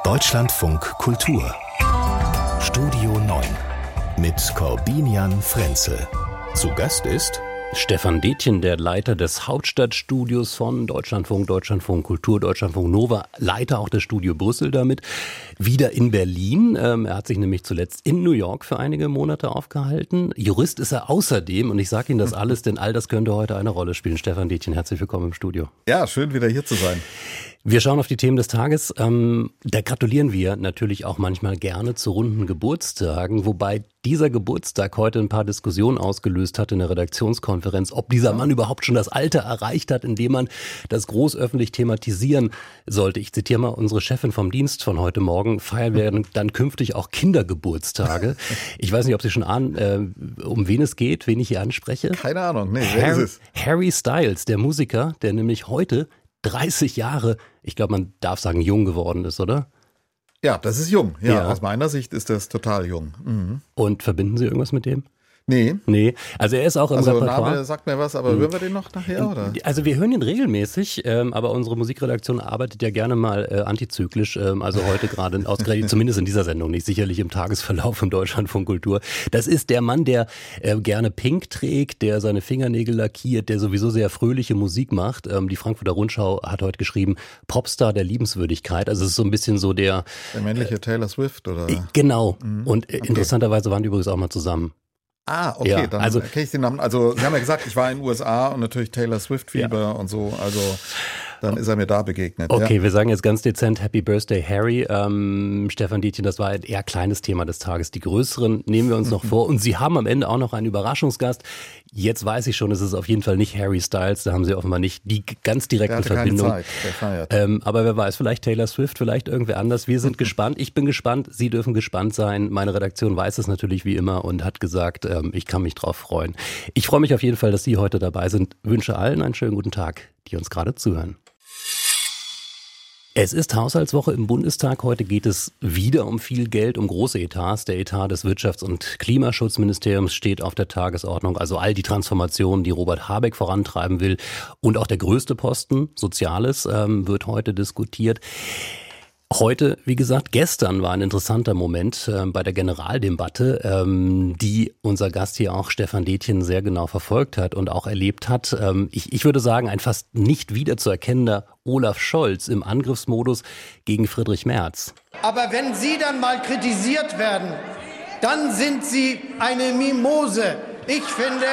Deutschlandfunk Kultur Studio 9 mit Corbinian Frenzel. Zu Gast ist Stefan Detjen, der Leiter des Hauptstadtstudios von Deutschlandfunk Kultur, Deutschlandfunk Nova, Leiter auch des Studio Brüssel damit, wieder in Berlin. Er hat sich nämlich zuletzt in New York für einige Monate aufgehalten. Jurist ist er außerdem und ich sage Ihnen das alles, denn all das könnte heute eine Rolle spielen. Stefan Detjen, herzlich willkommen im Studio. Ja, schön wieder hier zu sein. Wir schauen auf die Themen des Tages. Da gratulieren wir natürlich auch manchmal gerne zu runden Geburtstagen, wobei dieser Geburtstag heute ein paar Diskussionen ausgelöst hat in der Redaktionskonferenz, ob dieser Mann überhaupt schon das Alter erreicht hat, in dem man das groß öffentlich thematisieren sollte. Ich zitiere mal unsere Chefin vom Dienst von heute Morgen: Feiern wir dann künftig auch Kindergeburtstage. Ich weiß nicht, ob Sie schon ahnen, um wen es geht, wen ich hier anspreche. Keine Ahnung, nee, wer ist es? Harry Styles, der Musiker, der nämlich heute 30 Jahre, ich glaube, man darf sagen, jung geworden ist, oder? Ja, das ist jung. Ja, aus meiner Sicht ist das total jung. Mhm. Und verbinden Sie irgendwas mit dem? Nee. Also er ist auch im Repertoire. Name sagt mir was, aber hören wir den noch nachher, oder? Also wir hören ihn regelmäßig, aber unsere Musikredaktion arbeitet ja gerne mal antizyklisch, also heute gerade zumindest in dieser Sendung nicht, sicherlich im Tagesverlauf im Deutschlandfunk Kultur. Das ist der Mann, der gerne Pink trägt, der seine Fingernägel lackiert, der sowieso sehr fröhliche Musik macht. Die Frankfurter Rundschau hat heute geschrieben, Popstar der Liebenswürdigkeit. Also es ist so ein bisschen so der männliche Taylor Swift, oder? Genau. Und interessanterweise waren die übrigens auch mal zusammen. Ah, okay, ja, dann also, kenne ich den Namen. Also Sie haben ja gesagt, ich war in den USA und natürlich Taylor Swift-Fieber und so, also dann ist er mir da begegnet. Okay, wir sagen jetzt ganz dezent Happy Birthday Harry. Stefan Detjen, das war ein eher kleines Thema des Tages. Die größeren nehmen wir uns noch vor und Sie haben am Ende auch noch einen Überraschungsgast. Jetzt weiß ich schon, es ist auf jeden Fall nicht Harry Styles, da haben Sie offenbar nicht die ganz direkte Verbindung. Keine Zeit, der feiert. Aber wer weiß, vielleicht Taylor Swift, vielleicht irgendwer anders. Wir sind gespannt, ich bin gespannt, Sie dürfen gespannt sein. Meine Redaktion weiß es natürlich wie immer und hat gesagt, ich kann mich drauf freuen. Ich freue mich auf jeden Fall, dass Sie heute dabei sind. Wünsche allen einen schönen guten Tag, die uns gerade zuhören. Es ist Haushaltswoche im Bundestag. Heute geht es wieder um viel Geld, um große Etats. Der Etat des Wirtschafts- und Klimaschutzministeriums steht auf der Tagesordnung. Also all die Transformationen, die Robert Habeck vorantreiben will. Und auch der größte Posten, Soziales, wird heute diskutiert. Heute, wie gesagt, gestern war ein interessanter Moment bei der Generaldebatte, die unser Gast hier auch, Stefan Detjen, sehr genau verfolgt hat und auch erlebt hat. Ich würde sagen, ein fast nicht wiederzuerkennender Olaf Scholz im Angriffsmodus gegen Friedrich Merz. Aber wenn Sie dann mal kritisiert werden, dann sind Sie eine Mimose. Ich finde,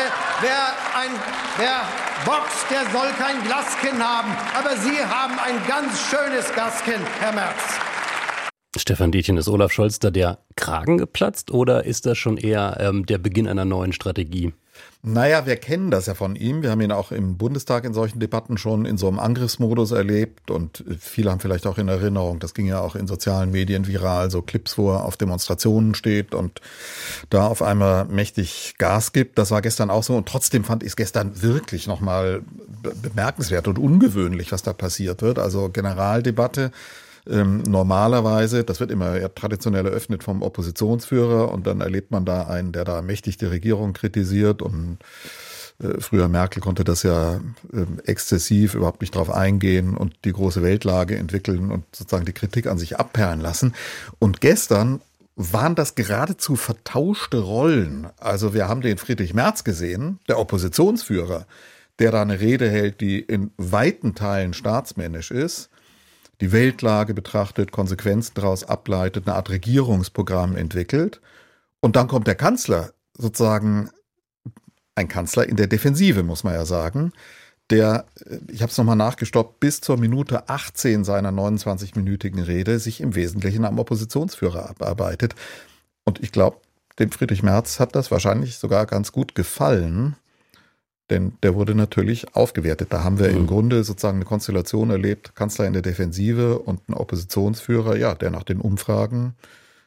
wer boxt, der soll kein Glaskin haben. Aber Sie haben ein ganz schönes Glaskin, Herr Merz. Stefan Detjen, ist Olaf Scholz da der Kragen geplatzt oder ist das schon eher der Beginn einer neuen Strategie? Naja, wir kennen das ja von ihm. Wir haben ihn auch im Bundestag in solchen Debatten schon in so einem Angriffsmodus erlebt und viele haben vielleicht auch in Erinnerung, das ging ja auch in sozialen Medien viral, so Clips, wo er auf Demonstrationen steht und da auf einmal mächtig Gas gibt. Das war gestern auch so und trotzdem fand ich es gestern wirklich nochmal bemerkenswert und ungewöhnlich, was da passiert wird. Also Generaldebatte. Normalerweise, das wird immer eher traditionell eröffnet vom Oppositionsführer und dann erlebt man da einen, der da mächtig die Regierung kritisiert und früher Merkel konnte das ja exzessiv überhaupt nicht drauf eingehen und die große Weltlage entwickeln und sozusagen die Kritik an sich abperlen lassen. Und gestern waren das geradezu vertauschte Rollen. Also wir haben den Friedrich Merz gesehen, der Oppositionsführer, der da eine Rede hält, die in weiten Teilen staatsmännisch ist, die Weltlage betrachtet, Konsequenzen daraus ableitet, eine Art Regierungsprogramm entwickelt. Und dann kommt der Kanzler, sozusagen ein Kanzler in der Defensive, muss man ja sagen, der, ich habe es nochmal nachgestoppt, bis zur Minute 18 seiner 29-minütigen Rede sich im Wesentlichen am Oppositionsführer abarbeitet. Und ich glaube, dem Friedrich Merz hat das wahrscheinlich sogar ganz gut gefallen. Denn der wurde natürlich aufgewertet. Da haben wir im Grunde sozusagen eine Konstellation erlebt, Kanzler in der Defensive und ein Oppositionsführer, ja, der nach den Umfragen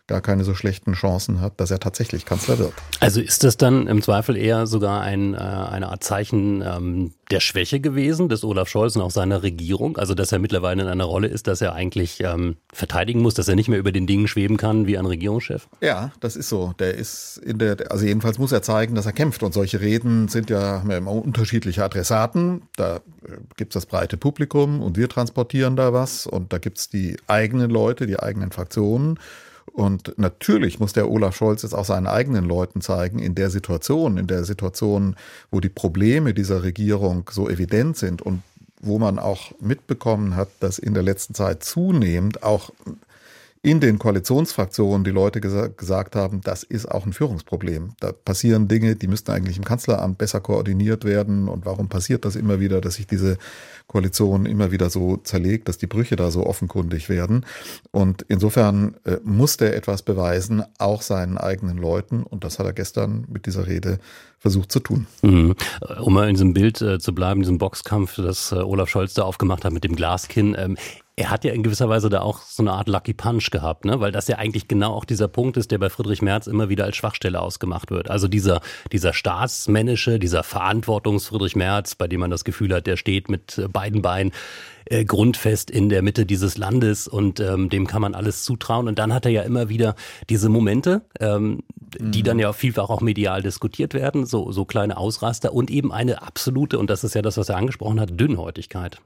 gar keine so schlechten Chancen hat, dass er tatsächlich Kanzler wird. Also ist das dann im Zweifel eher sogar eine Art Zeichen der Schwäche gewesen des Olaf Scholz und auch seiner Regierung? Also dass er mittlerweile in einer Rolle ist, dass er eigentlich verteidigen muss, dass er nicht mehr über den Dingen schweben kann wie ein Regierungschef? Ja, das ist so. Der ist also jedenfalls muss er zeigen, dass er kämpft. Und solche Reden haben ja immer unterschiedliche Adressaten. Da gibt's das breite Publikum und wir transportieren da was. Und da gibt's die eigenen Leute, die eigenen Fraktionen. Und natürlich muss der Olaf Scholz jetzt auch seinen eigenen Leuten zeigen, in der Situation, wo die Probleme dieser Regierung so evident sind und wo man auch mitbekommen hat, dass in der letzten Zeit zunehmend auch in den Koalitionsfraktionen die Leute gesagt haben, das ist auch ein Führungsproblem. Da passieren Dinge, die müssten eigentlich im Kanzleramt besser koordiniert werden. Und warum passiert das immer wieder, dass sich diese Koalition immer wieder so zerlegt, dass die Brüche da so offenkundig werden? Und insofern muss der etwas beweisen, auch seinen eigenen Leuten. Und das hat er gestern mit dieser Rede versucht zu tun. Mhm. Um mal in diesem Bild zu bleiben, diesem Boxkampf, das Olaf Scholz da aufgemacht hat mit dem Glaskinn. Er hat ja in gewisser Weise da auch so eine Art Lucky Punch gehabt, ne? Weil das ja eigentlich genau auch dieser Punkt ist, der bei Friedrich Merz immer wieder als Schwachstelle ausgemacht wird. Also dieser staatsmännische, dieser Verantwortungs-Friedrich Merz, bei dem man das Gefühl hat, der steht mit beiden Beinen grundfest in der Mitte dieses Landes und dem kann man alles zutrauen. Und dann hat er ja immer wieder diese Momente, die dann ja vielfach auch medial diskutiert werden, so kleine Ausraster und eben eine absolute, und das ist ja das, was er angesprochen hat, Dünnhäutigkeit.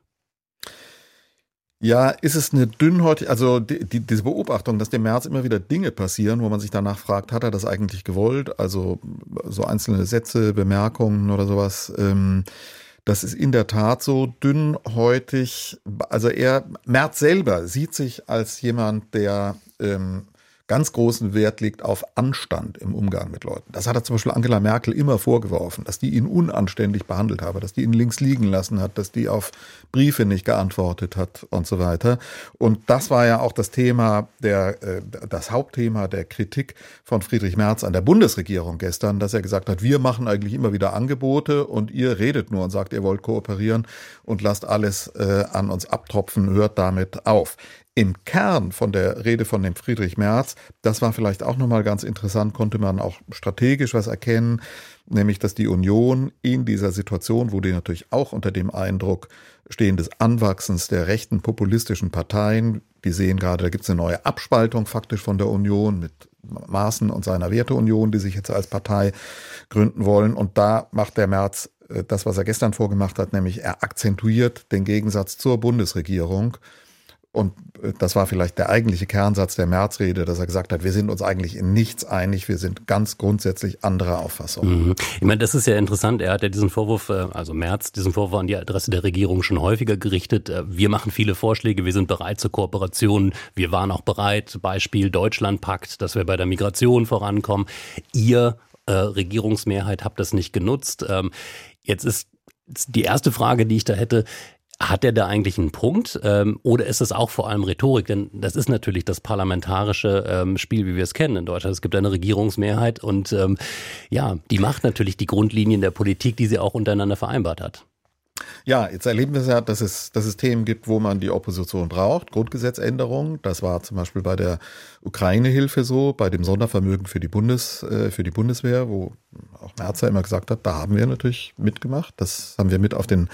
Ja, ist es eine Dünnhäutigkeit, also diese Beobachtung, dass dem Merz immer wieder Dinge passieren, wo man sich danach fragt, hat er das eigentlich gewollt? Also so einzelne Sätze, Bemerkungen oder sowas, das ist in der Tat so dünnhäutig. Also Merz selber sieht sich als jemand, der ganz großen Wert legt auf Anstand im Umgang mit Leuten. Das hat er zum Beispiel Angela Merkel immer vorgeworfen, dass die ihn unanständig behandelt habe, dass die ihn links liegen lassen hat, dass die auf Briefe nicht geantwortet hat und so weiter. Und das war ja auch das Thema, das Hauptthema der Kritik von Friedrich Merz an der Bundesregierung gestern, dass er gesagt hat, wir machen eigentlich immer wieder Angebote und ihr redet nur und sagt, ihr wollt kooperieren und lasst alles an uns abtropfen, hört damit auf. Im Kern von der Rede von dem Friedrich Merz, das war vielleicht auch nochmal ganz interessant, konnte man auch strategisch was erkennen, nämlich dass die Union in dieser Situation, wo die natürlich auch unter dem Eindruck stehen des Anwachsens der rechten populistischen Parteien, die sehen gerade, da gibt es eine neue Abspaltung faktisch von der Union mit Maaßen und seiner Werteunion, die sich jetzt als Partei gründen wollen. Und da macht der Merz das, was er gestern vorgemacht hat, nämlich er akzentuiert den Gegensatz zur Bundesregierung. Und das war vielleicht der eigentliche Kernsatz der Merz-Rede, dass er gesagt hat, wir sind uns eigentlich in nichts einig, wir sind ganz grundsätzlich anderer Auffassung. Mhm. Ich meine, das ist ja interessant, er hat ja diesen Vorwurf, also Merz, diesen Vorwurf an die Adresse der Regierung schon häufiger gerichtet. Wir machen viele Vorschläge, wir sind bereit zur Kooperation, wir waren auch bereit, Beispiel Deutschlandpakt, dass wir bei der Migration vorankommen. Ihr Regierungsmehrheit habt das nicht genutzt. Jetzt ist die erste Frage, die ich da hätte, hat er da eigentlich einen Punkt oder ist es auch vor allem Rhetorik? Denn das ist natürlich das parlamentarische Spiel, wie wir es kennen in Deutschland. Es gibt eine Regierungsmehrheit und die macht natürlich die Grundlinien der Politik, die sie auch untereinander vereinbart hat. Ja, jetzt erleben wir es ja, dass es Themen gibt, wo man die Opposition braucht. Grundgesetzänderungen, das war zum Beispiel bei der Ukraine-Hilfe so, bei dem Sondervermögen für die Bundeswehr, wo auch Merz ja immer gesagt hat, da haben wir natürlich mitgemacht. Das haben wir mit auf den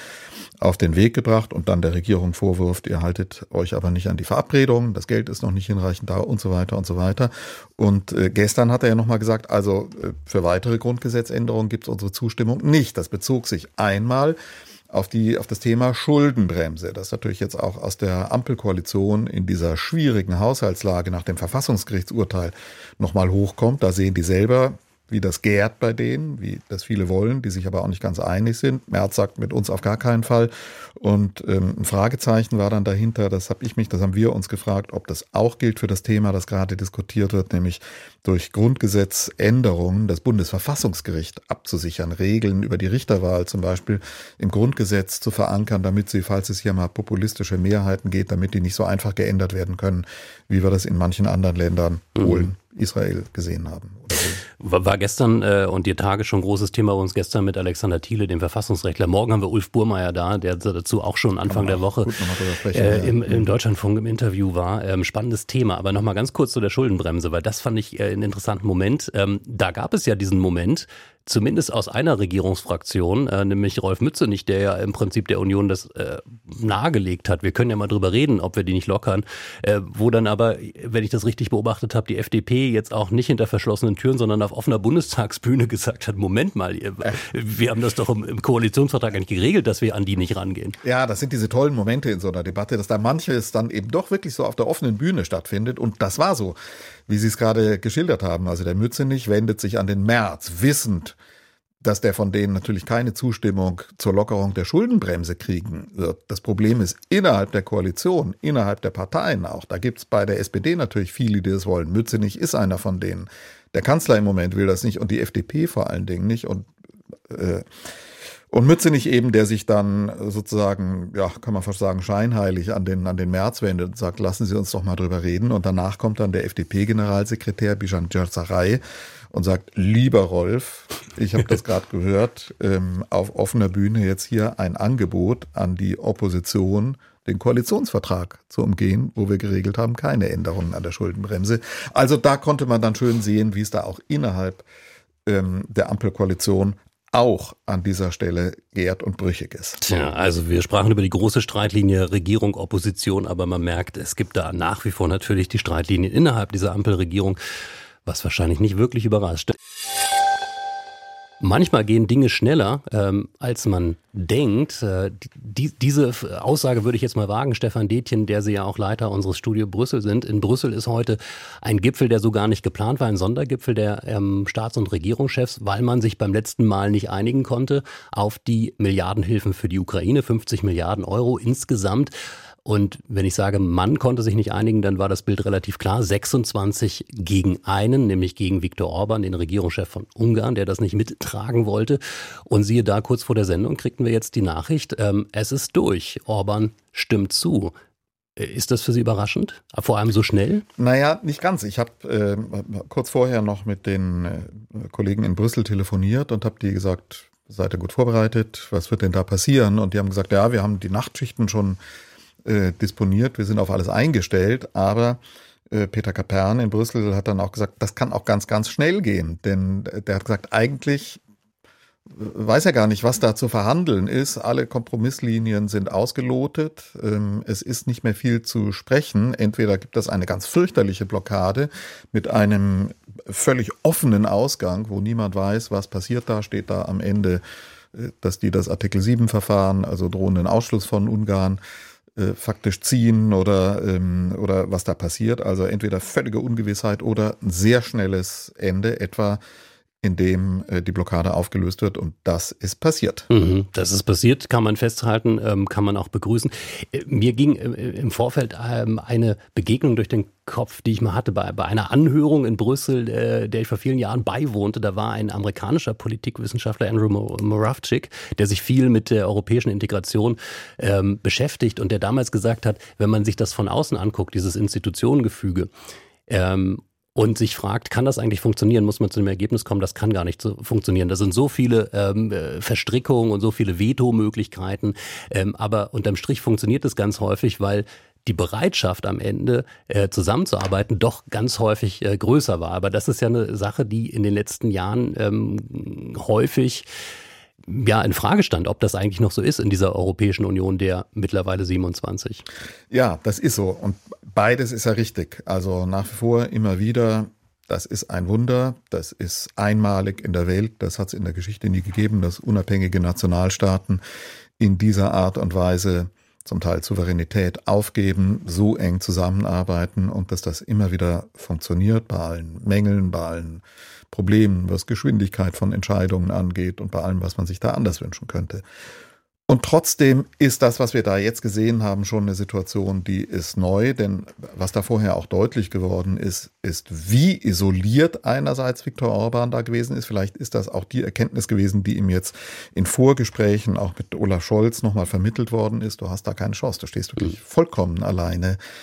Weg gebracht und dann der Regierung vorwirft, ihr haltet euch aber nicht an die Verabredungen, das Geld ist noch nicht hinreichend da und so weiter und so weiter. Und gestern hat er ja nochmal gesagt, also für weitere Grundgesetzänderungen gibt es unsere Zustimmung nicht. Das bezog sich einmal auf das Thema Schuldenbremse, das natürlich jetzt auch aus der Ampelkoalition in dieser schwierigen Haushaltslage nach dem Verfassungsgerichtsurteil nochmal hochkommt. Da sehen die selber, wie das gärt bei denen, wie das viele wollen, die sich aber auch nicht ganz einig sind. Merz sagt mit uns auf gar keinen Fall. Und ein Fragezeichen war dann dahinter, das haben wir uns gefragt, ob das auch gilt für das Thema, das gerade diskutiert wird, nämlich durch Grundgesetzänderungen das Bundesverfassungsgericht abzusichern, Regeln über die Richterwahl zum Beispiel im Grundgesetz zu verankern, damit sie, falls es hier mal populistische Mehrheiten geht, damit die nicht so einfach geändert werden können, wie wir das in manchen anderen Ländern, Polen, Israel gesehen haben oder so. War gestern und die Tage schon großes Thema bei uns gestern mit Alexander Thiele, dem Verfassungsrechtler. Morgen haben wir Ulf Burmeier da, der dazu auch schon Anfang der Woche im Deutschlandfunk im Interview war. Spannendes Thema. Aber nochmal ganz kurz zu der Schuldenbremse, weil das fand ich einen interessanten Moment. Da gab es ja diesen Moment, zumindest aus einer Regierungsfraktion, nämlich Rolf Mützenich, der ja im Prinzip der Union das nahegelegt hat. Wir können ja mal drüber reden, ob wir die nicht lockern. Wo dann aber, wenn ich das richtig beobachtet habe, die FDP jetzt auch nicht hinter verschlossenen Türen, sondern auf offener Bundestagsbühne gesagt hat, Moment mal, wir haben das doch im Koalitionsvertrag eigentlich geregelt, dass wir an die nicht rangehen. Ja, das sind diese tollen Momente in so einer Debatte, dass da manches dann eben doch wirklich so auf der offenen Bühne stattfindet. Und das war so, wie Sie es gerade geschildert haben. Also der Mützenich wendet sich an den Merz, wissend, dass der von denen natürlich keine Zustimmung zur Lockerung der Schuldenbremse kriegen wird. Das Problem ist innerhalb der Koalition, innerhalb der Parteien auch. Da gibt es bei der SPD natürlich viele, die das wollen. Mützenich ist einer von denen. Der Kanzler im Moment will das nicht und die FDP vor allen Dingen nicht. Und Mützenich eben, der sich dann sozusagen, ja, kann man fast sagen, scheinheilig an den Merz wendet und sagt, lassen Sie uns doch mal drüber reden. Und danach kommt dann der FDP-Generalsekretär Bijan Djazaray und sagt, lieber Rolf, ich habe das gerade gehört, auf offener Bühne jetzt hier ein Angebot an die Opposition, den Koalitionsvertrag zu umgehen, wo wir geregelt haben, keine Änderungen an der Schuldenbremse. Also da konnte man dann schön sehen, wie es da auch innerhalb der Ampelkoalition auch an dieser Stelle gärt und brüchig ist. Tja, also wir sprachen über die große Streitlinie Regierung, Opposition, aber man merkt, es gibt da nach wie vor natürlich die Streitlinien innerhalb dieser Ampelregierung, was wahrscheinlich nicht wirklich überrascht. Manchmal gehen Dinge schneller, als man denkt. Diese Aussage würde ich jetzt mal wagen, Stefan Detjen, der Sie ja auch Leiter unseres Studio Brüssel sind. In Brüssel ist heute ein Gipfel, der so gar nicht geplant war, ein Sondergipfel der Staats- und Regierungschefs, weil man sich beim letzten Mal nicht einigen konnte auf die Milliardenhilfen für die Ukraine, 50 Milliarden Euro insgesamt. Und wenn ich sage, man konnte sich nicht einigen, dann war das Bild relativ klar. 26 gegen einen, nämlich gegen Viktor Orban, den Regierungschef von Ungarn, der das nicht mittragen wollte. Und siehe da, kurz vor der Sendung kriegten wir jetzt die Nachricht, es ist durch. Orban stimmt zu. Ist das für Sie überraschend? Vor allem so schnell? Naja, nicht ganz. Ich habe kurz vorher noch mit den Kollegen in Brüssel telefoniert und habe die gesagt, seid ihr gut vorbereitet? Was wird denn da passieren? Und die haben gesagt, ja, wir haben die Nachtschichten schon disponiert, wir sind auf alles eingestellt, aber Peter Kapern in Brüssel hat dann auch gesagt, das kann auch ganz, ganz schnell gehen, denn der hat gesagt, eigentlich weiß er gar nicht, was da zu verhandeln ist. Alle Kompromisslinien sind ausgelotet, es ist nicht mehr viel zu sprechen. Entweder gibt es eine ganz fürchterliche Blockade mit einem völlig offenen Ausgang, wo niemand weiß, was passiert da, steht da am Ende, dass die das Artikel 7-Verfahren, also drohenden Ausschluss von Ungarn, faktisch ziehen oder was da passiert. Also entweder völlige Ungewissheit oder ein sehr schnelles Ende, etwa in dem die Blockade aufgelöst wird, und das ist passiert. Das ist passiert, kann man festhalten, kann man auch begrüßen. Mir ging im Vorfeld eine Begegnung durch den Kopf, die ich mal hatte bei einer Anhörung in Brüssel, der ich vor vielen Jahren beiwohnte. Da war ein amerikanischer Politikwissenschaftler, Andrew Moravcsik, der sich viel mit der europäischen Integration beschäftigt und der damals gesagt hat, wenn man sich das von außen anguckt, dieses Institutionengefüge, und sich fragt, kann das eigentlich funktionieren, muss man zu dem Ergebnis kommen, das kann gar nicht so funktionieren. Da sind so viele Verstrickungen und so viele Vetomöglichkeiten, aber unterm Strich funktioniert es ganz häufig, weil die Bereitschaft am Ende zusammenzuarbeiten doch ganz häufig größer war. Aber das ist ja eine Sache, die in den letzten Jahren häufig in Frage stand, ob das eigentlich noch so ist in dieser Europäischen Union der mittlerweile 27. Ja, das ist so. Und beides ist ja richtig. Also nach wie vor immer wieder, das ist ein Wunder, das ist einmalig in der Welt, das hat es in der Geschichte nie gegeben, dass unabhängige Nationalstaaten in dieser Art und Weise zum Teil Souveränität aufgeben, so eng zusammenarbeiten und dass das immer wieder funktioniert, bei allen Mängeln, bei allen Problemen, was Geschwindigkeit von Entscheidungen angeht und bei allem, was man sich da anders wünschen könnte. Und trotzdem ist das, was wir da jetzt gesehen haben, schon eine Situation, die ist neu, denn was da vorher auch deutlich geworden ist, wie isoliert einerseits Viktor Orban da gewesen ist. Vielleicht ist das auch die Erkenntnis gewesen, die ihm jetzt in Vorgesprächen auch mit Olaf Scholz nochmal vermittelt worden ist. Du hast da keine Chance, du stehst wirklich vollkommen alleine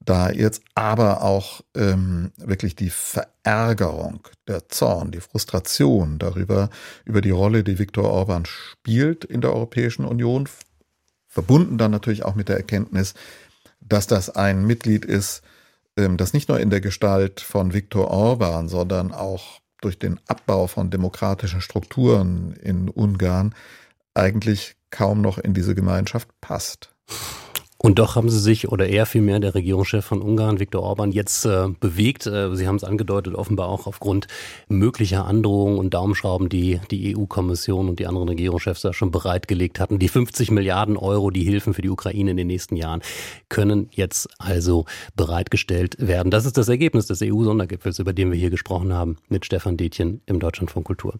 da jetzt, aber auch wirklich die Verärgerung, der Zorn, die Frustration darüber, über die Rolle, die Viktor Orban spielt in der Europäischen Union, verbunden dann natürlich auch mit der Erkenntnis, dass das ein Mitglied ist, das nicht nur in der Gestalt von Viktor Orban, sondern auch durch den Abbau von demokratischen Strukturen in Ungarn eigentlich kaum noch in diese Gemeinschaft passt. Und doch haben sie sich, oder er vielmehr, der Regierungschef von Ungarn, Viktor Orban, jetzt bewegt. Sie haben es angedeutet, offenbar auch aufgrund möglicher Androhungen und Daumenschrauben, die die EU-Kommission und die anderen Regierungschefs da schon bereitgelegt hatten. Die 50 Milliarden Euro, die Hilfen für die Ukraine in den nächsten Jahren, können jetzt also bereitgestellt werden. Das ist das Ergebnis des EU-Sondergipfels, über den wir hier gesprochen haben, mit Stefan Detjen im Deutschlandfunk Kultur.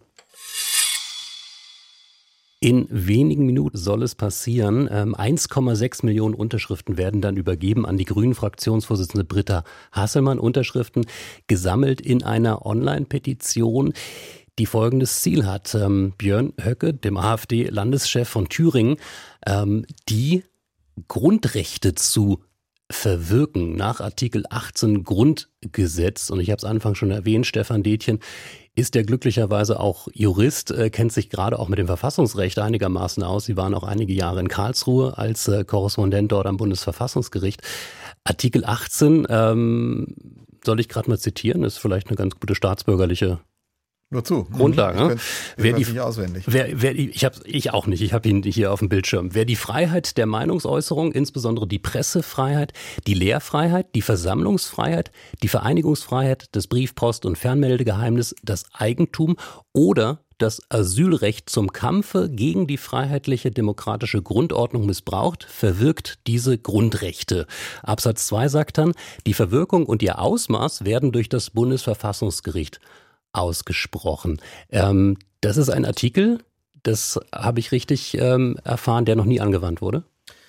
In wenigen Minuten soll es passieren. 1,6 Millionen Unterschriften werden dann übergeben an die Grünen-Fraktionsvorsitzende Britta Hasselmann. Unterschriften gesammelt in einer Online-Petition, die folgendes Ziel hat. Björn Höcke, dem AfD-Landeschef von Thüringen, die Grundrechte zu verwirken nach Artikel 18 Grundgesetz. Und ich habe es anfangs schon erwähnt, Stefan Detjen ist ja glücklicherweise auch Jurist, kennt sich gerade auch mit dem Verfassungsrecht einigermaßen aus. Sie waren auch einige Jahre in Karlsruhe als Korrespondent dort am Bundesverfassungsgericht. Artikel 18, soll ich gerade mal zitieren, ist vielleicht eine ganz gute staatsbürgerliche Nur zu. Grundlage. Ich nicht auswendig. Ich auch nicht. Ich habe ihn hier auf dem Bildschirm. Wer die Freiheit der Meinungsäußerung, insbesondere die Pressefreiheit, die Lehrfreiheit, die Versammlungsfreiheit, die Vereinigungsfreiheit, das Briefpost- und Fernmeldegeheimnis, das Eigentum oder das Asylrecht zum Kampfe gegen die freiheitliche demokratische Grundordnung missbraucht, verwirkt diese Grundrechte. Absatz 2 sagt dann, die Verwirkung und ihr Ausmaß werden durch das Bundesverfassungsgericht ausgesprochen. Das ist ein Artikel, das habe ich richtig erfahren, der noch nie angewandt wurde?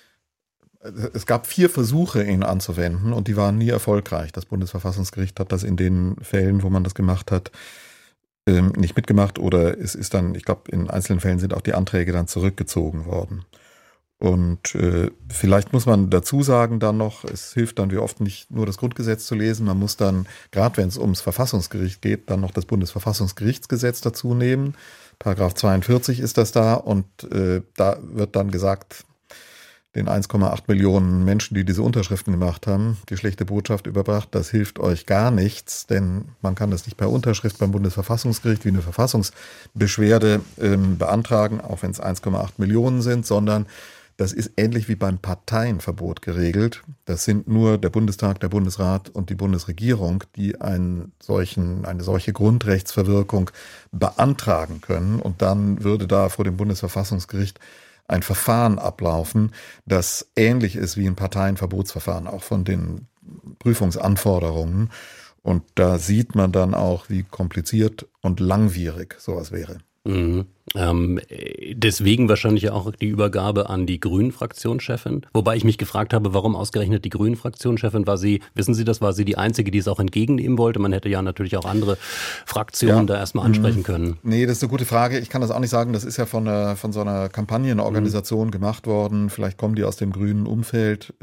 Es gab 4 Versuche, ihn anzuwenden und die waren nie erfolgreich. Das Bundesverfassungsgericht hat das in den Fällen, wo man das gemacht hat, nicht mitgemacht oder es ist dann, ich glaube, in einzelnen Fällen sind auch die Anträge dann zurückgezogen worden. Und vielleicht muss man dazu sagen dann noch, es hilft dann wie oft nicht nur das Grundgesetz zu lesen, man muss dann, gerade wenn es ums Verfassungsgericht geht, dann noch das Bundesverfassungsgerichtsgesetz dazu nehmen. Paragraph 42 ist das da und da wird dann gesagt, den 1,8 Millionen Menschen, die diese Unterschriften gemacht haben, die schlechte Botschaft überbracht, das hilft euch gar nichts, denn man kann das nicht per Unterschrift beim Bundesverfassungsgericht wie eine Verfassungsbeschwerde beantragen, auch wenn es 1,8 Millionen sind, sondern das ist ähnlich wie beim Parteienverbot geregelt. Das sind nur der Bundestag, der Bundesrat und die Bundesregierung, die eine solche Grundrechtsverwirkung beantragen können. Und dann würde da vor dem Bundesverfassungsgericht ein Verfahren ablaufen, das ähnlich ist wie ein Parteienverbotsverfahren, auch von den Prüfungsanforderungen. Und da sieht man dann auch, wie kompliziert und langwierig sowas wäre. Mhm. Deswegen wahrscheinlich auch die Übergabe an die Grünen-Fraktionschefin. Wobei ich mich gefragt habe, warum ausgerechnet die Grünen-Fraktionschefin? Wissen Sie das, war sie die Einzige, die es auch entgegennehmen wollte? Man hätte ja natürlich auch andere Fraktionen da erstmal ansprechen können. Nee, das ist eine gute Frage. Ich kann das auch nicht sagen. Das ist ja von so einer Kampagnenorganisation gemacht worden. Vielleicht kommen die aus dem grünen Umfeld.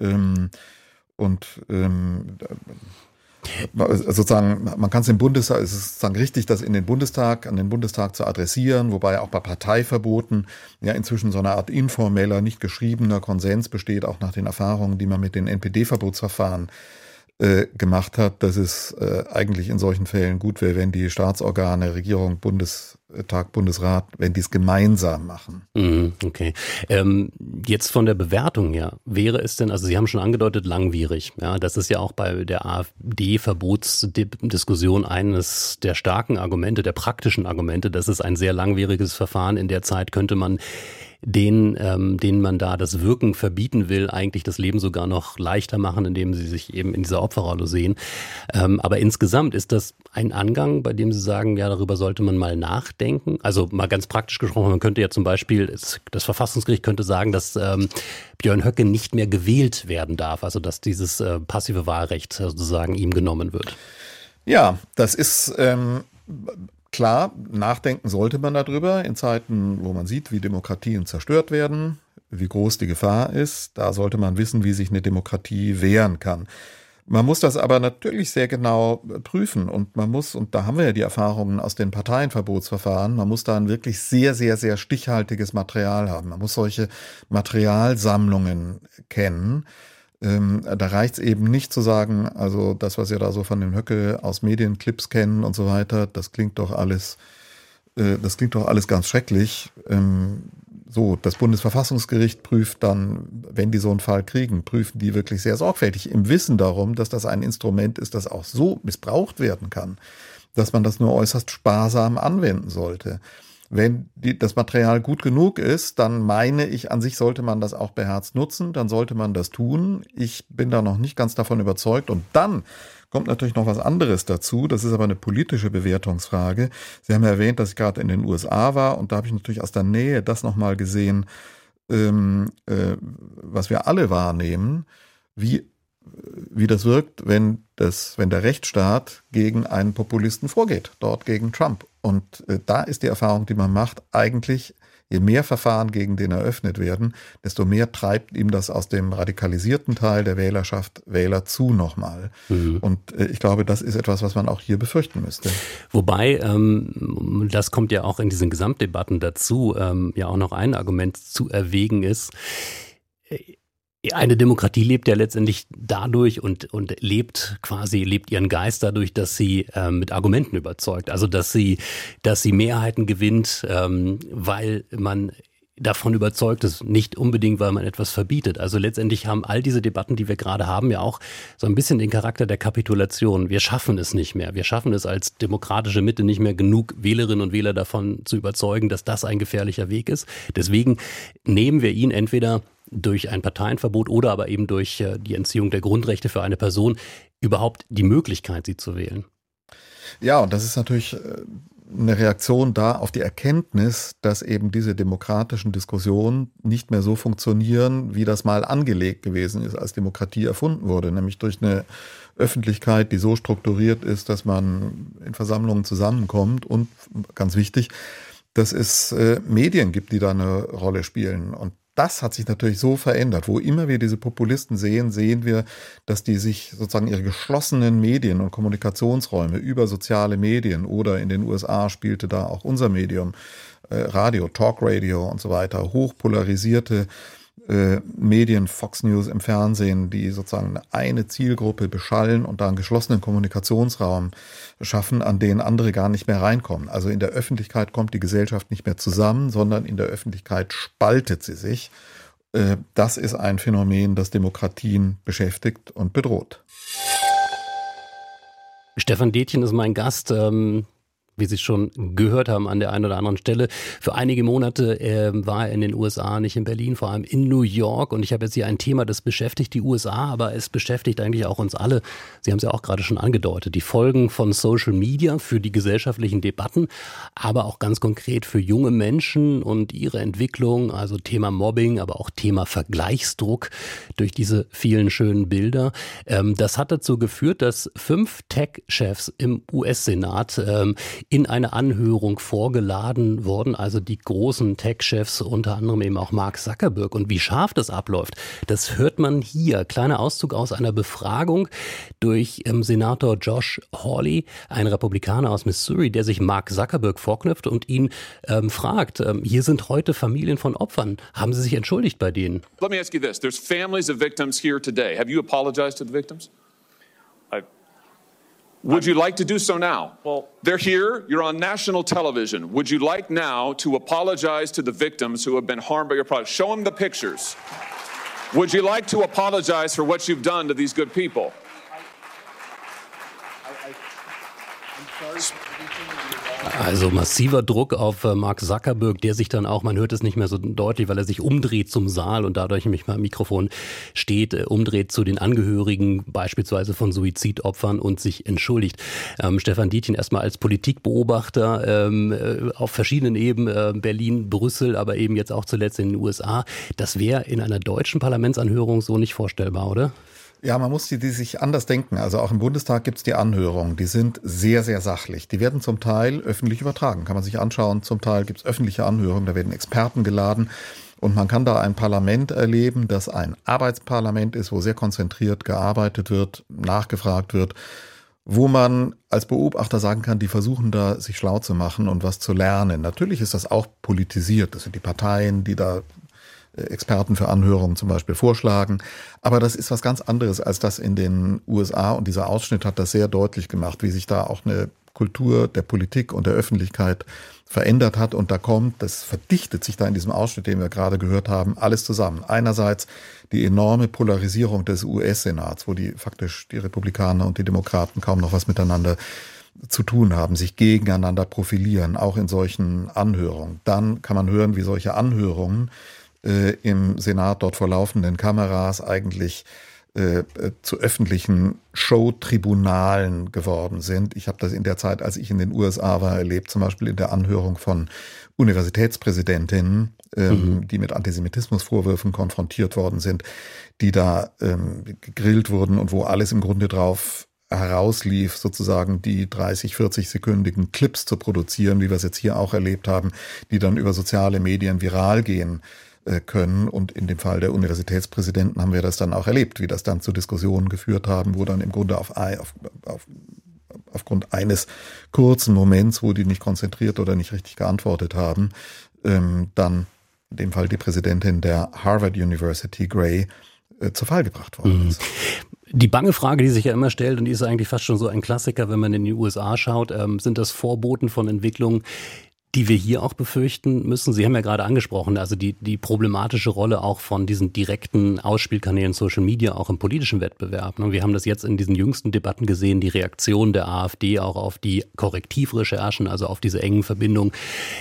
Sozusagen, man kann es im Bundestag, es ist sozusagen richtig, das an den Bundestag zu adressieren, wobei auch bei Parteiverboten ja inzwischen so eine Art informeller, nicht geschriebener Konsens besteht, auch nach den Erfahrungen, die man mit den NPD-Verbotsverfahren gemacht hat, dass es eigentlich in solchen Fällen gut wäre, wenn die Staatsorgane, Regierung, Bundestag, Bundesrat, wenn die es gemeinsam machen. Okay. Jetzt von der Bewertung her, wäre es denn, also Sie haben schon angedeutet, langwierig. Ja, das ist ja auch bei der AfD-Verbotsdiskussion eines der starken Argumente, der praktischen Argumente. Das ist ein sehr langwieriges Verfahren. In der Zeit könnte man denen man da das Wirken verbieten will, eigentlich das Leben sogar noch leichter machen, indem sie sich eben in dieser Opferrolle sehen. Aber insgesamt ist das ein Angang, bei dem Sie sagen, ja, darüber sollte man mal nachdenken. Also mal ganz praktisch gesprochen, man könnte ja zum Beispiel, das Verfassungsgericht könnte sagen, dass Björn Höcke nicht mehr gewählt werden darf, also dass dieses passive Wahlrecht sozusagen ihm genommen wird. Ja, das ist klar, nachdenken sollte man darüber in Zeiten, wo man sieht, wie Demokratien zerstört werden, wie groß die Gefahr ist. Da sollte man wissen, wie sich eine Demokratie wehren kann. Man muss das aber natürlich sehr genau prüfen und und da haben wir ja die Erfahrungen aus den Parteienverbotsverfahren, man muss da ein wirklich sehr, sehr, sehr stichhaltiges Material haben. Man muss solche Materialsammlungen kennen. Da reicht es eben nicht zu sagen, also das, was wir da so von den Höcke aus Medienclips kennen und so weiter, das klingt doch alles ganz schrecklich. Das Bundesverfassungsgericht prüft dann, wenn die so einen Fall kriegen, prüfen die wirklich sehr sorgfältig im Wissen darum, dass das ein Instrument ist, das auch so missbraucht werden kann, dass man das nur äußerst sparsam anwenden sollte. Wenn das Material gut genug ist, dann meine ich, an sich sollte man das auch beherzt nutzen, dann sollte man das tun. Ich bin da noch nicht ganz davon überzeugt. Und dann kommt natürlich noch was anderes dazu. Das ist aber eine politische Bewertungsfrage. Sie haben ja erwähnt, dass ich gerade in den USA war und da habe ich natürlich aus der Nähe das nochmal gesehen, was wir alle wahrnehmen, wie das wirkt, wenn der Rechtsstaat gegen einen Populisten vorgeht, dort gegen Trump. Und da ist die Erfahrung, die man macht, eigentlich, je mehr Verfahren gegen den eröffnet werden, desto mehr treibt ihm das aus dem radikalisierten Teil der Wählerschaft Wähler zu nochmal. Mhm. Und ich glaube, das ist etwas, was man auch hier befürchten müsste. Wobei, das kommt ja auch in diesen Gesamtdebatten dazu, ja auch noch ein Argument zu erwägen ist. Eine Demokratie lebt ja letztendlich dadurch und lebt ihren Geist dadurch, dass sie mit Argumenten überzeugt. Also dass sie Mehrheiten gewinnt, weil man davon überzeugt ist, nicht unbedingt, weil man etwas verbietet. Also letztendlich haben all diese Debatten, die wir gerade haben, ja auch so ein bisschen den Charakter der Kapitulation. Wir schaffen es nicht mehr. Wir schaffen es als demokratische Mitte nicht mehr, genug Wählerinnen und Wähler davon zu überzeugen, dass das ein gefährlicher Weg ist. Deswegen nehmen wir ihn entweder durch ein Parteienverbot oder aber eben durch die Entziehung der Grundrechte für eine Person überhaupt die Möglichkeit, sie zu wählen. Ja, und das ist natürlich eine Reaktion da auf die Erkenntnis, dass eben diese demokratischen Diskussionen nicht mehr so funktionieren, wie das mal angelegt gewesen ist, als Demokratie erfunden wurde, nämlich durch eine Öffentlichkeit, die so strukturiert ist, dass man in Versammlungen zusammenkommt und, ganz wichtig, dass es Medien gibt, die da eine Rolle spielen. Und das hat sich natürlich so verändert. Wo immer wir diese Populisten sehen wir, dass die sich sozusagen ihre geschlossenen Medien und Kommunikationsräume über soziale Medien oder in den USA spielte da auch unser Medium, Radio, Talkradio und so weiter, hochpolarisierte Medien, Fox News im Fernsehen, die sozusagen eine Zielgruppe beschallen und da einen geschlossenen Kommunikationsraum schaffen, an den andere gar nicht mehr reinkommen. Also in der Öffentlichkeit kommt die Gesellschaft nicht mehr zusammen, sondern in der Öffentlichkeit spaltet sie sich. Das ist ein Phänomen, das Demokratien beschäftigt und bedroht. Stefan Detjen ist mein Gast. Wie Sie schon gehört haben an der einen oder anderen Stelle. Für einige Monate war er in den USA, nicht in Berlin, vor allem in New York. Und ich habe jetzt hier ein Thema, das beschäftigt die USA, aber es beschäftigt eigentlich auch uns alle. Sie haben es ja auch gerade schon angedeutet. Die Folgen von Social Media für die gesellschaftlichen Debatten, aber auch ganz konkret für junge Menschen und ihre Entwicklung. Also Thema Mobbing, aber auch Thema Vergleichsdruck durch diese vielen schönen Bilder. Das hat dazu geführt, dass 5 Tech-Chefs im US-Senat in eine Anhörung vorgeladen worden, also die großen Tech-Chefs, unter anderem eben auch Mark Zuckerberg. Und wie scharf das abläuft, das hört man hier. Kleiner Auszug aus einer Befragung durch Senator Josh Hawley, ein Republikaner aus Missouri, der sich Mark Zuckerberg vorknüpft und ihn fragt, hier sind heute Familien von Opfern. Haben Sie sich entschuldigt bei denen? Let me ask you this. There's families of victims here today. Have you apologized to the victims? Would you like to do so now? Well, they're here. You're on national television. Would you like now to apologize to the victims who have been harmed by your product? Show them the pictures. Would you like to apologize for what you've done to these good people? I'm sorry. Also massiver Druck auf Mark Zuckerberg, der sich dann auch, man hört es nicht mehr so deutlich, weil er sich umdreht zum Saal und dadurch nämlich mal am Mikrofon steht, umdreht zu den Angehörigen beispielsweise von Suizidopfern und sich entschuldigt. Stefan Detjen, erstmal als Politikbeobachter auf verschiedenen Ebenen, Berlin, Brüssel, aber eben jetzt auch zuletzt in den USA. Das wäre in einer deutschen Parlamentsanhörung so nicht vorstellbar, oder? Ja, man muss die sich anders denken. Also auch im Bundestag gibt es die Anhörungen. Die sind sehr, sehr sachlich. Die werden zum Teil öffentlich übertragen. Kann man sich anschauen. Zum Teil gibt es öffentliche Anhörungen. Da werden Experten geladen. Und man kann da ein Parlament erleben, das ein Arbeitsparlament ist, wo sehr konzentriert gearbeitet wird, nachgefragt wird, wo man als Beobachter sagen kann, die versuchen da sich schlau zu machen und was zu lernen. Natürlich ist das auch politisiert. Das sind die Parteien, die da Experten für Anhörungen zum Beispiel vorschlagen. Aber das ist was ganz anderes als das in den USA. Und dieser Ausschnitt hat das sehr deutlich gemacht, wie sich da auch eine Kultur der Politik und der Öffentlichkeit verändert hat. Und das verdichtet sich da in diesem Ausschnitt, den wir gerade gehört haben, alles zusammen. Einerseits die enorme Polarisierung des US-Senats, wo faktisch die Republikaner und die Demokraten kaum noch was miteinander zu tun haben, sich gegeneinander profilieren, auch in solchen Anhörungen. Dann kann man hören, wie solche Anhörungen im Senat dort vor laufenden Kameras eigentlich zu öffentlichen Showtribunalen geworden sind. Ich habe das in der Zeit, als ich in den USA war, erlebt, zum Beispiel in der Anhörung von Universitätspräsidentinnen, die mit Antisemitismusvorwürfen konfrontiert worden sind, die da gegrillt wurden und wo alles im Grunde drauf herauslief, sozusagen die 30-40-sekündigen Clips zu produzieren, wie wir es jetzt hier auch erlebt haben, die dann über soziale Medien viral gehen können. Und in dem Fall der Universitätspräsidenten haben wir das dann auch erlebt, wie das dann zu Diskussionen geführt haben, wo dann im Grunde aufgrund eines kurzen Moments, wo die nicht konzentriert oder nicht richtig geantwortet haben, dann in dem Fall die Präsidentin der Harvard University, Gray, zu Fall gebracht worden ist. Die bange Frage, die sich ja immer stellt, und die ist eigentlich fast schon so ein Klassiker, wenn man in die USA schaut, sind das Vorboten von Entwicklungen, die wir hier auch befürchten müssen? Sie haben ja gerade angesprochen, also die problematische Rolle auch von diesen direkten Ausspielkanälen Social Media auch im politischen Wettbewerb. Wir haben das jetzt in diesen jüngsten Debatten gesehen, die Reaktion der AfD auch auf die Korrektivrecherchen, also auf diese engen Verbindungen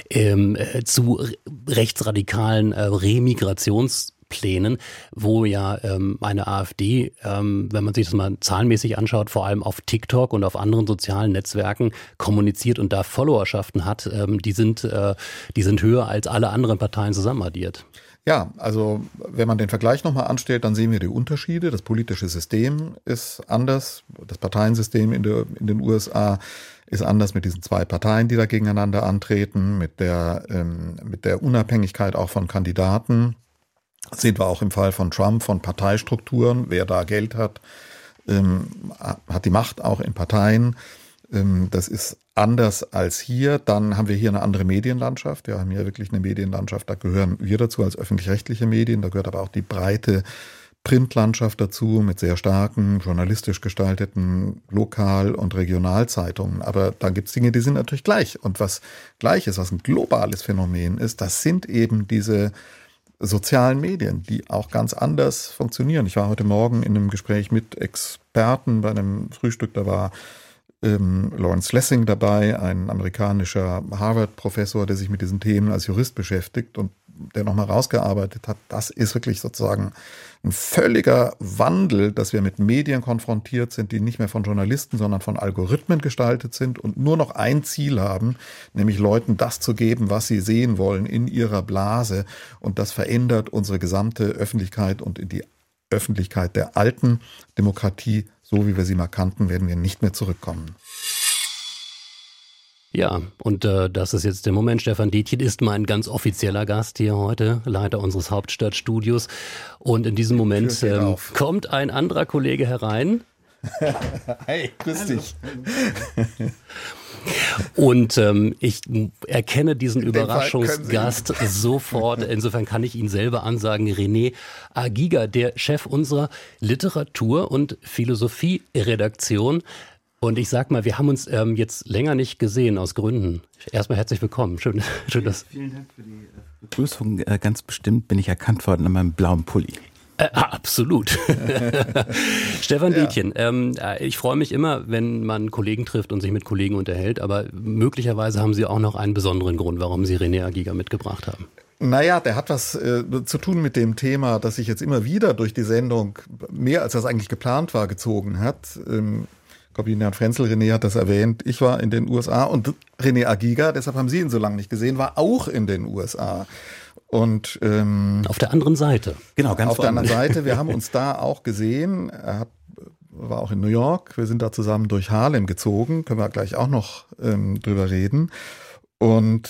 zu rechtsradikalen Remigrationsplänen, wo ja eine AfD, wenn man sich das mal zahlenmäßig anschaut, vor allem auf TikTok und auf anderen sozialen Netzwerken kommuniziert und da Followerschaften hat, die sind höher als alle anderen Parteien zusammen addiert. Ja, also wenn man den Vergleich nochmal anstellt, dann sehen wir die Unterschiede. Das politische System ist anders. Das Parteiensystem in den USA ist anders mit diesen zwei Parteien, die da gegeneinander antreten, mit der Unabhängigkeit auch von Kandidaten. Das sehen wir auch im Fall von Trump, von Parteistrukturen. Wer da Geld hat, hat die Macht auch in Parteien. Das ist anders als hier. Dann haben wir hier eine andere Medienlandschaft. Wir haben hier wirklich eine Medienlandschaft, da gehören wir dazu als öffentlich-rechtliche Medien. Da gehört aber auch die breite Printlandschaft dazu mit sehr starken, journalistisch gestalteten Lokal- und Regionalzeitungen. Aber dann gibt es Dinge, die sind natürlich gleich. Und was gleich ist, was ein globales Phänomen ist, das sind eben diese sozialen Medien, die auch ganz anders funktionieren. Ich war heute Morgen in einem Gespräch mit Experten bei einem Frühstück, da war Lawrence Lessig dabei, ein amerikanischer Harvard-Professor, der sich mit diesen Themen als Jurist beschäftigt und der nochmal rausgearbeitet hat. Das ist wirklich sozusagen ein völliger Wandel, dass wir mit Medien konfrontiert sind, die nicht mehr von Journalisten, sondern von Algorithmen gestaltet sind und nur noch ein Ziel haben, nämlich Leuten das zu geben, was sie sehen wollen in ihrer Blase. Und das verändert unsere gesamte Öffentlichkeit, und in die Öffentlichkeit der alten Demokratie, so wie wir sie mal kannten, werden wir nicht mehr zurückkommen. Ja, und das ist jetzt der Moment. Stefan Detjen ist mein ganz offizieller Gast hier heute, Leiter unseres Hauptstadtstudios. Und in diesem Moment kommt ein anderer Kollege herein. Hey, grüß dich. Und ich erkenne diesen Überraschungsgast sofort. Insofern kann ich ihn selber ansagen. René Agiga, der Chef unserer Literatur- und Philosophie-Redaktion. Und ich sag mal, wir haben uns jetzt länger nicht gesehen aus Gründen. Erstmal herzlich willkommen. Schön, dass Vielen Dank für die Begrüßung. Ganz bestimmt bin ich erkannt worden an meinem blauen Pulli. Absolut. Stefan Detjen, ich freue mich immer, wenn man Kollegen trifft und sich mit Kollegen unterhält, aber möglicherweise haben Sie auch noch einen besonderen Grund, warum Sie René Agiga mitgebracht haben. Naja, der hat was zu tun mit dem Thema, das sich jetzt immer wieder durch die Sendung, mehr als das eigentlich geplant war, gezogen hat. Corbinian Frenzel, René hat das erwähnt, ich war in den USA und René Agiga, deshalb haben Sie ihn so lange nicht gesehen, war auch in den USA. Und auf der anderen Seite. Genau, ganz auf der anderen Seite. Wir haben uns da auch gesehen. Er war auch in New York. Wir sind da zusammen durch Harlem gezogen. Können wir gleich auch noch drüber reden. Und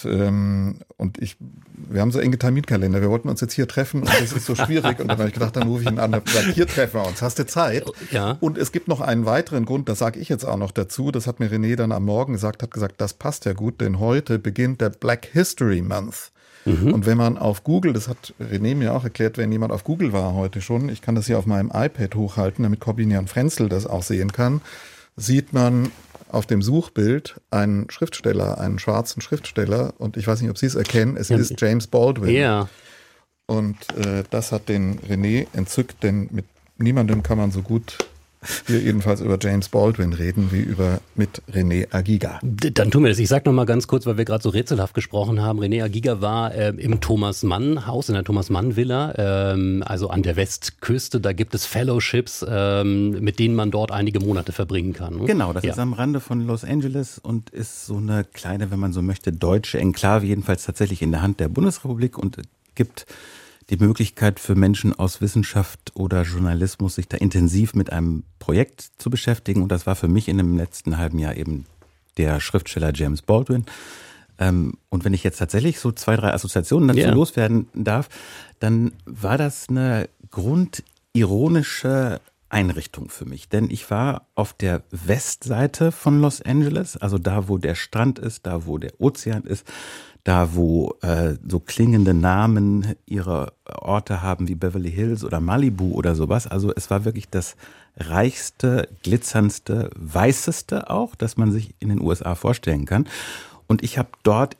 wir haben so enge Terminkalender. Wir wollten uns jetzt hier treffen und das ist so schwierig. Und dann habe ich gedacht, dann rufe ich ihn an und sage, hier treffen wir uns. Hast du Zeit? Ja. Und es gibt noch einen weiteren Grund, das sage ich jetzt auch noch dazu. Das hat mir René dann am Morgen gesagt, hat gesagt, das passt ja gut, denn heute beginnt der Black History Month. Und wenn man auf Google, das hat René mir auch erklärt, wenn jemand auf Google war heute schon, ich kann das hier auf meinem iPad hochhalten, damit Corbinian Frenzel das auch sehen kann, sieht man auf dem Suchbild einen Schriftsteller, einen schwarzen Schriftsteller, und ich weiß nicht, ob Sie es erkennen, es ist James Baldwin. Ja. Und das hat den René entzückt, denn mit niemandem kann man so gut hier jedenfalls über James Baldwin reden, wie mit René Agiga. Dann tun wir das. Ich sage noch mal ganz kurz, weil wir gerade so rätselhaft gesprochen haben. René Agiga war im Thomas-Mann-Haus, in der Thomas-Mann-Villa, also an der Westküste. Da gibt es Fellowships, mit denen man dort einige Monate verbringen kann. Ne? Genau, das ist am Rande von Los Angeles und ist so eine kleine, wenn man so möchte, deutsche Enklave, jedenfalls tatsächlich in der Hand der Bundesrepublik, und gibt die Möglichkeit für Menschen aus Wissenschaft oder Journalismus, sich da intensiv mit einem Projekt zu beschäftigen. Und das war für mich in dem letzten halben Jahr eben der Schriftsteller James Baldwin. Und wenn ich jetzt tatsächlich so 2, 3 Assoziationen dazu loswerden darf, dann war das eine grundironische Einrichtung für mich. Denn ich war auf der Westseite von Los Angeles, also da, wo der Strand ist, da, wo der Ozean ist, da, wo so klingende Namen ihre Orte haben wie Beverly Hills oder Malibu oder sowas. Also es war wirklich das reichste, glitzerndste, weißeste auch, das man sich in den USA vorstellen kann. Und ich habe dort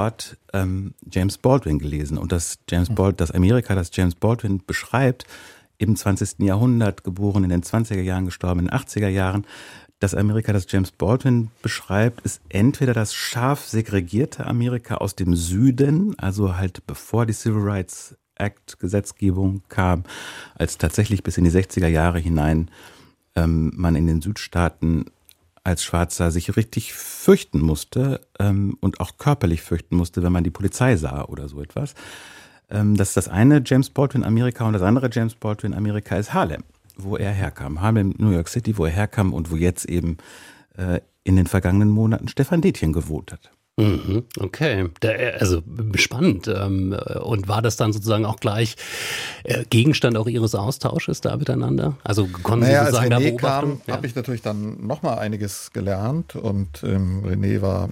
James Baldwin gelesen. Und das Amerika, das James Baldwin beschreibt, im 20. Jahrhundert, geboren in den 20er Jahren, gestorben in den 80er Jahren, das Amerika, das James Baldwin beschreibt, ist entweder das scharf segregierte Amerika aus dem Süden, also halt bevor die Civil Rights Act Gesetzgebung kam, als tatsächlich bis in die 60er Jahre hinein man in den Südstaaten als Schwarzer sich richtig fürchten musste und auch körperlich fürchten musste, wenn man die Polizei sah oder so etwas. Das ist das eine James Baldwin Amerika, und das andere James Baldwin Amerika ist Harlem, wo er herkam. Harlem, New York City, wo er herkam und wo jetzt eben in den vergangenen Monaten Stefan Detjen gewohnt hat. Okay, also spannend. Und war das dann sozusagen auch gleich Gegenstand auch Ihres Austausches da miteinander? Also konnten Sie sozusagen da beobachten? Als René kam, habe ich natürlich dann nochmal einiges gelernt, und René war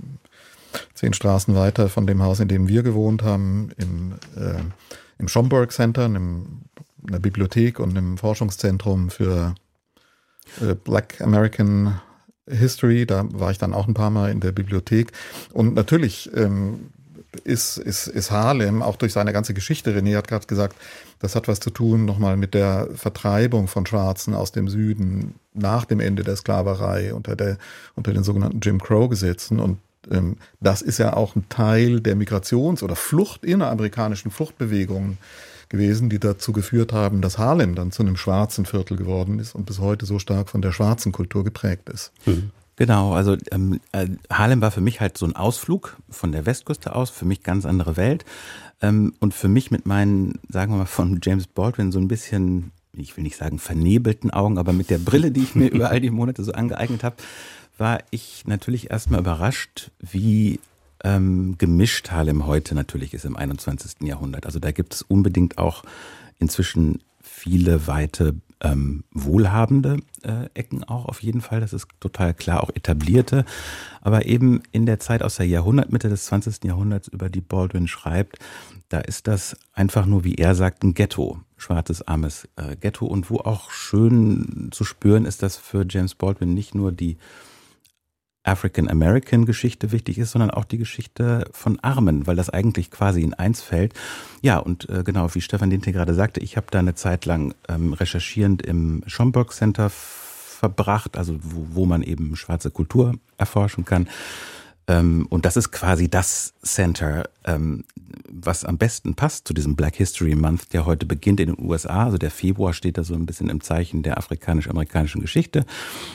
10 Straßen weiter von dem Haus, in dem wir gewohnt haben, im Schomburg Center, einer Bibliothek und einem Forschungszentrum für Black American History. Da war ich dann auch ein paar Mal in der Bibliothek. Und natürlich ist Harlem auch durch seine ganze Geschichte, René hat gerade gesagt, das hat was zu tun nochmal mit der Vertreibung von Schwarzen aus dem Süden nach dem Ende der Sklaverei unter den sogenannten Jim Crow Gesetzen. Und das ist ja auch ein Teil der Migrations- oder inneramerikanischen Fluchtbewegungen gewesen, die dazu geführt haben, dass Harlem dann zu einem schwarzen Viertel geworden ist und bis heute so stark von der schwarzen Kultur geprägt ist. Genau, also Harlem war für mich halt so ein Ausflug von der Westküste aus, für mich ganz andere Welt. Und für mich mit meinen, sagen wir mal, von James Baldwin so ein bisschen, ich will nicht sagen vernebelten Augen, aber mit der Brille, die ich mir über all die Monate so angeeignet habe, war ich natürlich erstmal überrascht, wie gemischt Harlem heute natürlich ist im 21. Jahrhundert. Also da gibt es unbedingt auch inzwischen viele weite wohlhabende Ecken auch auf jeden Fall. Das ist total klar, auch etablierte. Aber eben in der Zeit aus der Jahrhundertmitte des 20. Jahrhunderts, über die Baldwin schreibt, da ist das einfach nur, wie er sagt, ein Ghetto, schwarzes, armes Ghetto. Und wo auch schön zu spüren ist, dass für James Baldwin nicht nur die African-American-Geschichte wichtig ist, sondern auch die Geschichte von Armen, weil das eigentlich quasi in eins fällt. Ja, und genau, wie Stefan Detjen gerade sagte, ich habe da eine Zeit lang recherchierend im Schomburg Center verbracht, also wo man eben schwarze Kultur erforschen kann. Und das ist quasi das Center, was am besten passt zu diesem Black History Month, der heute beginnt in den USA. Also der Februar steht da so ein bisschen im Zeichen der afrikanisch-amerikanischen Geschichte.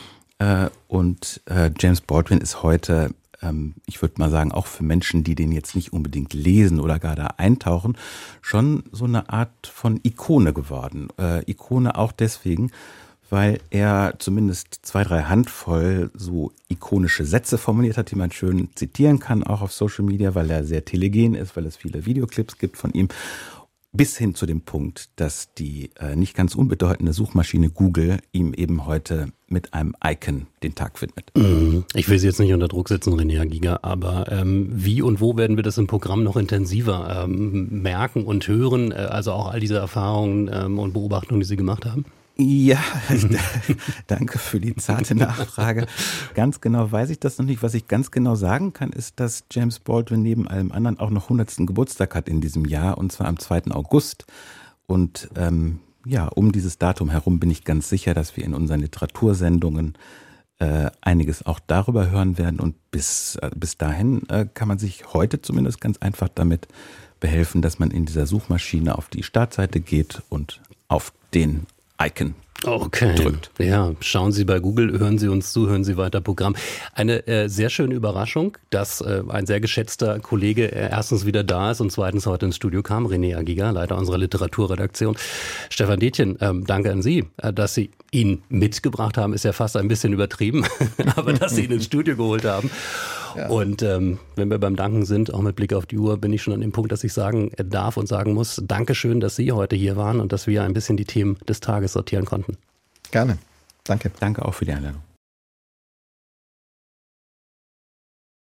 Und James Baldwin ist heute, ich würde mal sagen, auch für Menschen, die den jetzt nicht unbedingt lesen oder gar da eintauchen, schon so eine Art von Ikone geworden. Ikone auch deswegen, weil er zumindest 2, 3 Handvoll so ikonische Sätze formuliert hat, die man schön zitieren kann, auch auf Social Media, weil er sehr telegen ist, weil es viele Videoclips gibt von ihm. Bis hin zu dem Punkt, dass die nicht ganz unbedeutende Suchmaschine Google ihm eben heute mit einem Icon den Tag widmet. Ich will Sie jetzt nicht unter Druck setzen, René Giger, aber wie und wo werden wir das im Programm noch intensiver merken und hören? Also auch all diese Erfahrungen und Beobachtungen, die Sie gemacht haben? Ja, danke für die zarte Nachfrage. Ganz genau weiß ich das noch nicht. Was ich ganz genau sagen kann, ist, dass James Baldwin neben allem anderen auch noch 100. Geburtstag hat in diesem Jahr, und zwar am 2. August. Und um dieses Datum herum bin ich ganz sicher, dass wir in unseren Literatursendungen einiges auch darüber hören werden. Und bis dahin kann man sich heute zumindest ganz einfach damit behelfen, dass man in dieser Suchmaschine auf die Startseite geht und auf den Icon drückt. Ja, schauen Sie bei Google, hören Sie uns zu, hören Sie weiter Programm. Eine sehr schöne Überraschung, dass ein sehr geschätzter Kollege erstens wieder da ist und zweitens heute ins Studio kam, René Giger, Leiter unserer Literaturredaktion. Stefan Detjen, danke an Sie, dass Sie ihn mitgebracht haben, ist ja fast ein bisschen übertrieben, aber dass Sie ihn ins Studio geholt haben. Ja. Und wenn wir beim Danken sind, auch mit Blick auf die Uhr, bin ich schon an dem Punkt, dass ich sagen darf und sagen muss, Dankeschön, dass Sie heute hier waren und dass wir ein bisschen die Themen des Tages sortieren konnten. Gerne. Danke. Danke auch für die Einladung.